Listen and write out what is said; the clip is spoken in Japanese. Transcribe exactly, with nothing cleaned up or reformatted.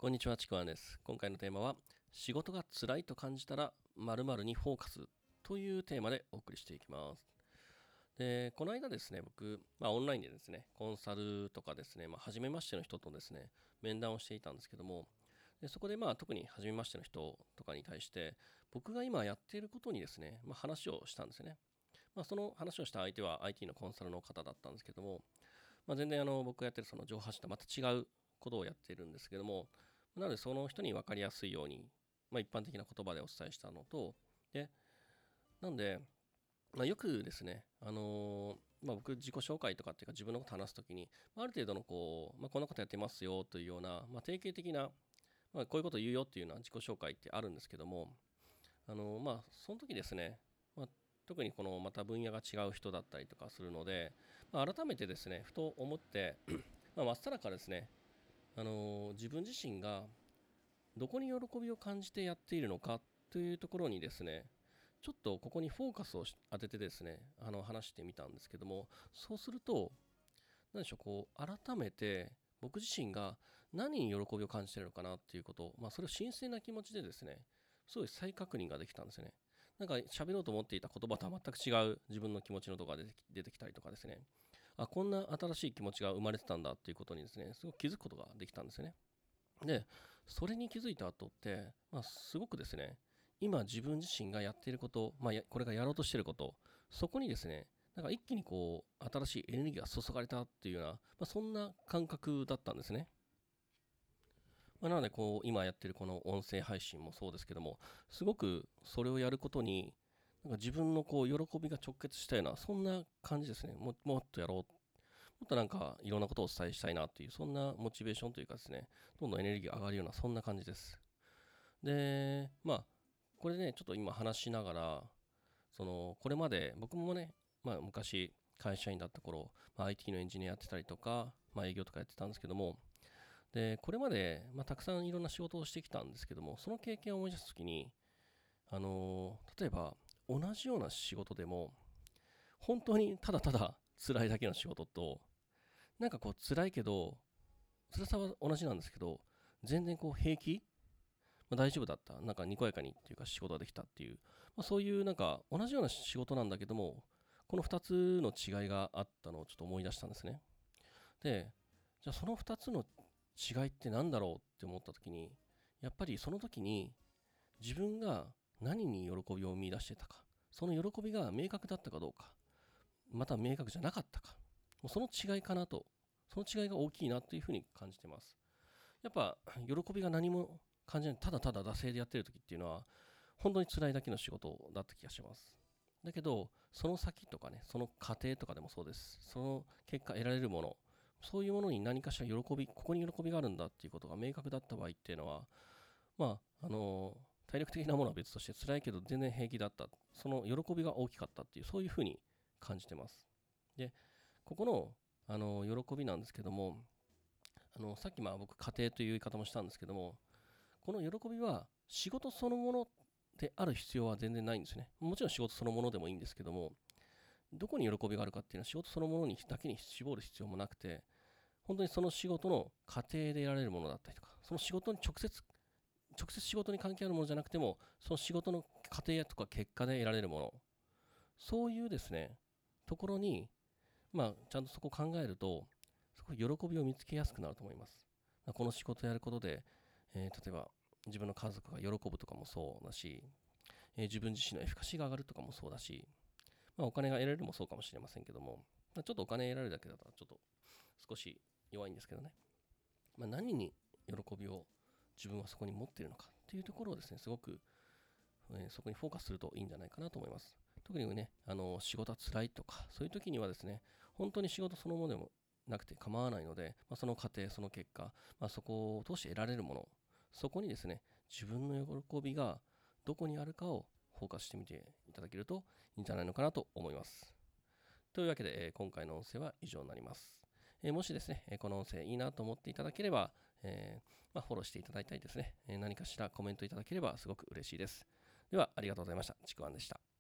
こんにちは、ちくわんです。今回のテーマは、仕事が辛いと感じたら〇〇にフォーカスというテーマでお送りしていきます。で、この間ですね、僕、まあ、オンラインでですね、コンサルとかですね、まあ、初めましての人とですね、面談をしていたんですけども、でそこでまあ特に初めましての人とかに対して、僕が今やっていることにですね、まあ、話をしたんですよね。まあ、その話をした相手は アイティー のコンサルの方だったんですけども、まあ、全然あの僕がやってるその情報発信とまた違うことをやっているんですけども、なのでその人に分かりやすいように、まあ、一般的な言葉でお伝えしたのと、で、なんで、まあ、よくですね、あのーまあ、僕自己紹介とかっていうか自分のこと話すときに、ある程度のこう、まあ、こんなことやってますよというような、まあ、定型的な、まあ、こういうことを言うよっていうような自己紹介ってあるんですけども、あのーまあ、その時ですね、まあ、特にこのまた分野が違う人だったりとかするので、まあ、改めてですね、ふと思って、まあ、真っさらからですね、あのー自分自身がどこに喜びを感じてやっているのかというところにですね、ちょっとここにフォーカスを当ててですね、あの話してみたんですけども、そうすると、何でしょう、こう改めて僕自身が何に喜びを感じているのかなっていうこと、まあ、それを新鮮な気持ちでですね、すごい再確認ができたんですよね。なんか喋ろうと思っていた言葉とは全く違う自分の気持ちのところが出てき出てきたりとかですね、あ、こんな新しい気持ちが生まれてたんだっていうことにですね、すごく気づくことができたんですよね。で、それに気づいた後って、まあ、すごくですね、今自分自身がやっていること、まあ、これがやろうとしていること、そこにですね、なんか一気にこう、新しいエネルギーが注がれたっていうような、まあ、そんな感覚だったんですね。まあ、なので、こう、今やってるこの音声配信もそうですけども、すごくそれをやることに、なんか自分のこう、喜びが直結したような、そんな感じですね。ももっとやろう。もっとなんかいろんなことをお伝えしたいなっていう、そんなモチベーションというかですね、どんどんエネルギーが上がるような、そんな感じです。で、まあ、これね、ちょっと今話しながら、その、これまで僕もね、まあ昔会社員だった頃、まあ、アイティー のエンジニアやってたりとか、まあ営業とかやってたんですけども、で、これまで、まあ、たくさんいろんな仕事をしてきたんですけども、その経験を思い出すときに、あのー例えば、同じような仕事でも、本当にただただ辛いだけの仕事と、なんかこう辛いけど、辛さは同じなんですけど、全然こう平気、まあ、大丈夫だった。なんかにこやかにっていうか仕事ができたっていう、まあ、そういうなんか同じような仕事なんだけども、このふたつの違いがあったのをちょっと思い出したんですね。で、じゃあそのふたつの違いって何だろうって思った時に、やっぱりその時に自分が何に喜びを見出してたか、その喜びが明確だったかどうか、また明確じゃなかったか、もうその違いかなと、その違いが大きいなというふうに感じてます。やっぱ喜びが何も感じない、ただただ惰性でやってる時っていうのは本当に辛いだけの仕事だった気がします。だけどその先とかね、その過程とかでもそうです。その結果得られるもの、そういうものに何かしら喜び、ここに喜びがあるんだっていうことが明確だった場合っていうのは、まああの体力的なものは別として辛いけど全然平気だった、その喜びが大きかったっていう、そういうふうに感じてます。で、ここのあの喜びなんですけども、あのさっきまあ僕家庭という言い方もしたんですけども、この喜びは仕事そのものである必要は全然ないんですね。もちろん仕事そのものでもいいんですけども、どこに喜びがあるかっていうのは仕事そのものにだけに絞る必要もなくて、本当にその仕事の過程で得られるものだったりとか、その仕事に直接直接仕事に関係あるものじゃなくても、その仕事の過程とか結果で得られるもの、そういうですねところに、まあちゃんとそこを考えると、そこ喜びを見つけやすくなると思います。この仕事をやることで、えー例えば自分の家族が喜ぶとかもそうだし、えー自分自身のエフィカシーが上がるとかもそうだし、まあ、お金が得られるもそうかもしれませんけども、まあ、ちょっとお金得られるだけだとちょっと少し弱いんですけどね、まあ、何に喜びを自分はそこに持っているのかっていうところをですね、すごく、えーそこにフォーカスするといいんじゃないかなと思います。特にね、あの仕事は辛いとかそういう時にはですね、本当に仕事そのものでもなくて構わないので、まあ、その過程その結果、まあ、そこを通して得られるもの、そこにですね、自分の喜びがどこにあるかをフォーカスしてみていただけるといいんじゃないのかなと思います。というわけで、えー今回の音声は以上になります。えーもしですね、えーこの音声いいなと思っていただければ、えーまあ、フォローしていただいたりですね、えー何かしらコメントいただければすごく嬉しいです。では、ありがとうございました。ちくわんでした。